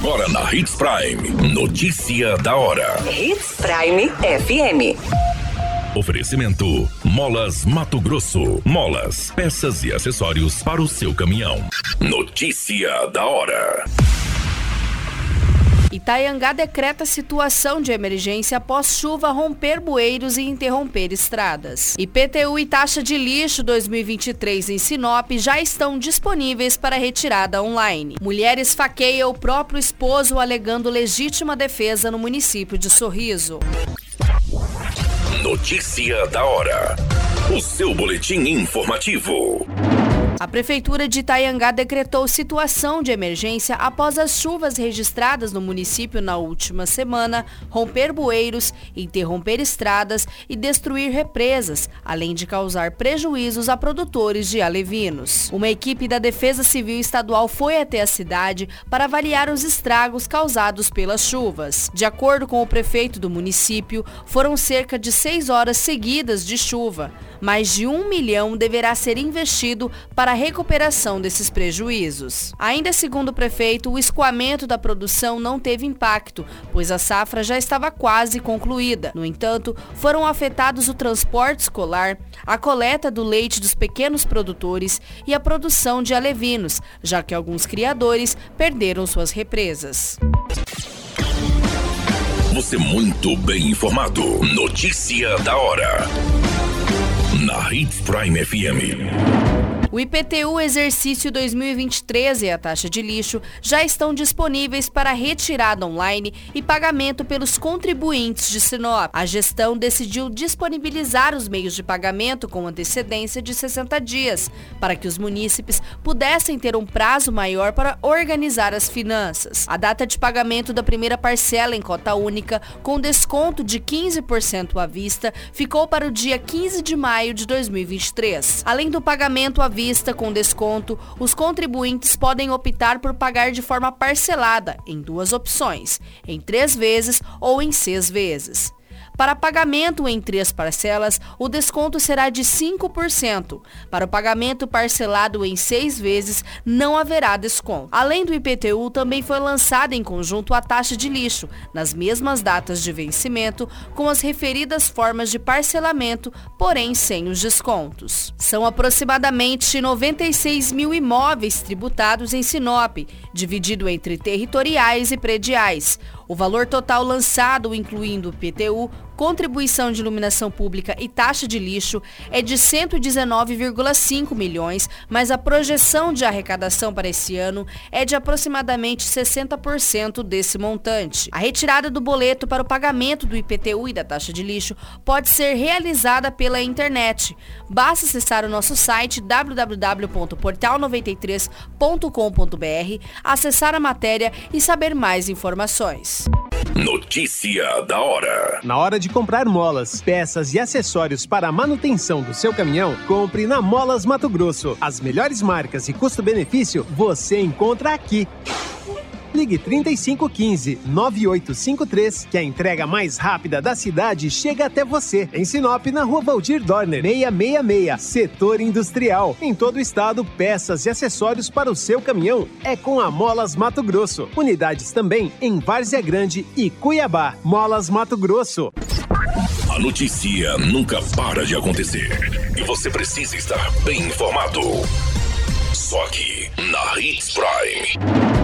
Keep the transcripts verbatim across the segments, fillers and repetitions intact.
Agora na Hits Prime, notícia da hora. Hits Prime F M. Oferecimento Molas Mato Grosso. Molas, peças e acessórios para o seu caminhão. Notícia da hora. Itaiangá decreta situação de emergência após chuva romper bueiros e interromper estradas. I P T U e taxa de lixo dois mil e vinte e três em Sinop já estão disponíveis para retirada online. Mulher esfaqueia o próprio esposo alegando legítima defesa no município de Sorriso. Notícia da hora. O seu boletim informativo. A Prefeitura de Itaiangá decretou situação de emergência após as chuvas registradas no município na última semana romper bueiros, interromper estradas e destruir represas, além de causar prejuízos a produtores de alevinos. Uma equipe da Defesa Civil Estadual foi até a cidade para avaliar os estragos causados pelas chuvas. De acordo com o prefeito do município, foram cerca de seis horas seguidas de chuva. Mais de um milhão deverá ser investido para a recuperação desses prejuízos. Ainda segundo o prefeito, o escoamento da produção não teve impacto, pois a safra já estava quase concluída. No entanto, foram afetados o transporte escolar, a coleta do leite dos pequenos produtores e a produção de alevinos, já que alguns criadores perderam suas represas. Você muito bem informado. Notícia da hora. Na Hits Prime F M. O I P T U Exercício dois mil e vinte e três e a taxa de lixo já estão disponíveis para retirada online e pagamento pelos contribuintes de Sinop. A gestão decidiu disponibilizar os meios de pagamento com antecedência de sessenta dias, para que os munícipes pudessem ter um prazo maior para organizar as finanças. A data de pagamento da primeira parcela em cota única, com desconto de quinze por cento à vista, ficou para o dia quinze de maio de dois mil e vinte e três. Além do pagamento à vista com desconto, os contribuintes podem optar por pagar de forma parcelada, em duas opções, em três vezes ou em seis vezes. Para pagamento em três parcelas, o desconto será de cinco por cento. Para o pagamento parcelado em seis vezes, não haverá desconto. Além do I P T U, também foi lançada em conjunto a taxa de lixo, nas mesmas datas de vencimento, com as referidas formas de parcelamento, porém sem os descontos. São aproximadamente noventa e seis mil imóveis tributados em Sinop, dividido entre territoriais e prediais. O valor total lançado, incluindo o I P T U, contribuição de iluminação pública e taxa de lixo, é de cento e dezenove vírgula cinco milhões, mas a projeção de arrecadação para esse ano é de aproximadamente sessenta por cento desse montante. A retirada do boleto para o pagamento do I P T U e da taxa de lixo pode ser realizada pela internet. Basta acessar o nosso site w w w ponto portal noventa e três ponto com ponto b r, acessar a matéria e saber mais informações. Notícia da hora. Na hora de comprar molas, peças e acessórios para a manutenção do seu caminhão, compre na Molas Mato Grosso. As melhores marcas e custo-benefício você encontra aqui. Ligue trinta e cinco quinze, nove oito cinco três, que a entrega mais rápida da cidade chega até você. Em Sinop, na Rua Valdir Dorner, seiscentos e sessenta e seis, Setor Industrial. Em todo o estado, peças e acessórios para o seu caminhão é com a Molas Mato Grosso. Unidades também em Várzea Grande e Cuiabá. Molas Mato Grosso. A notícia nunca para de acontecer e você precisa estar bem informado. Só aqui, na Hits Prime.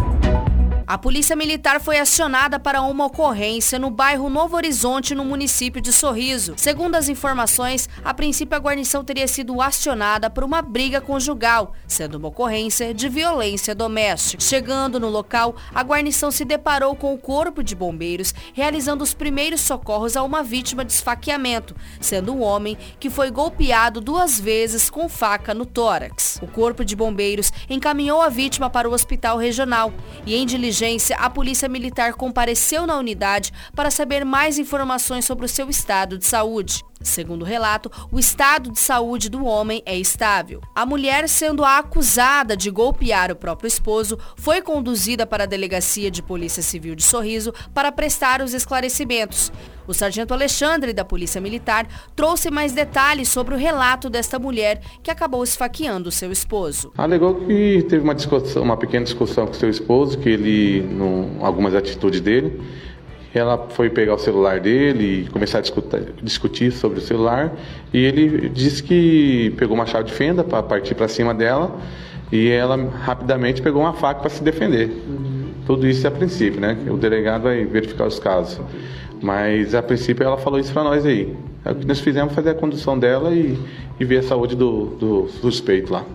A Polícia Militar foi acionada para uma ocorrência no bairro Novo Horizonte, no município de Sorriso. Segundo as informações, a princípio a guarnição teria sido acionada por uma briga conjugal, sendo uma ocorrência de violência doméstica. Chegando no local, a guarnição se deparou com o corpo de bombeiros, realizando os primeiros socorros a uma vítima de esfaqueamento, sendo um homem que foi golpeado duas vezes com faca no tórax. O corpo de bombeiros encaminhou a vítima para o hospital regional e, em diligência, a Polícia Militar compareceu na unidade para saber mais informações sobre o seu estado de saúde. Segundo o relato, o estado de saúde do homem é estável. A mulher, sendo acusada de golpear o próprio esposo, foi conduzida para a Delegacia de Polícia Civil de Sorriso para prestar os esclarecimentos. O sargento Alexandre, da Polícia Militar, trouxe mais detalhes sobre o relato desta mulher que acabou esfaqueando seu esposo. Alegou que teve uma discussão, uma pequena discussão com seu esposo, que ele, no, algumas atitudes dele, ela foi pegar o celular dele e começar a discutir, discutir sobre o celular, e ele disse que pegou uma chave de fenda para partir para cima dela, e ela rapidamente pegou uma faca para se defender. Uhum. Tudo isso é a princípio, né? O delegado vai verificar os casos. Mas a princípio ela falou isso para nós aí. O que nós fizemos foi fazer a condução dela e, e ver a saúde do, do suspeito lá.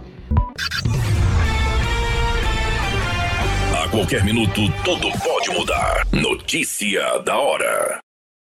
A qualquer minuto, tudo pode mudar. Notícia da hora.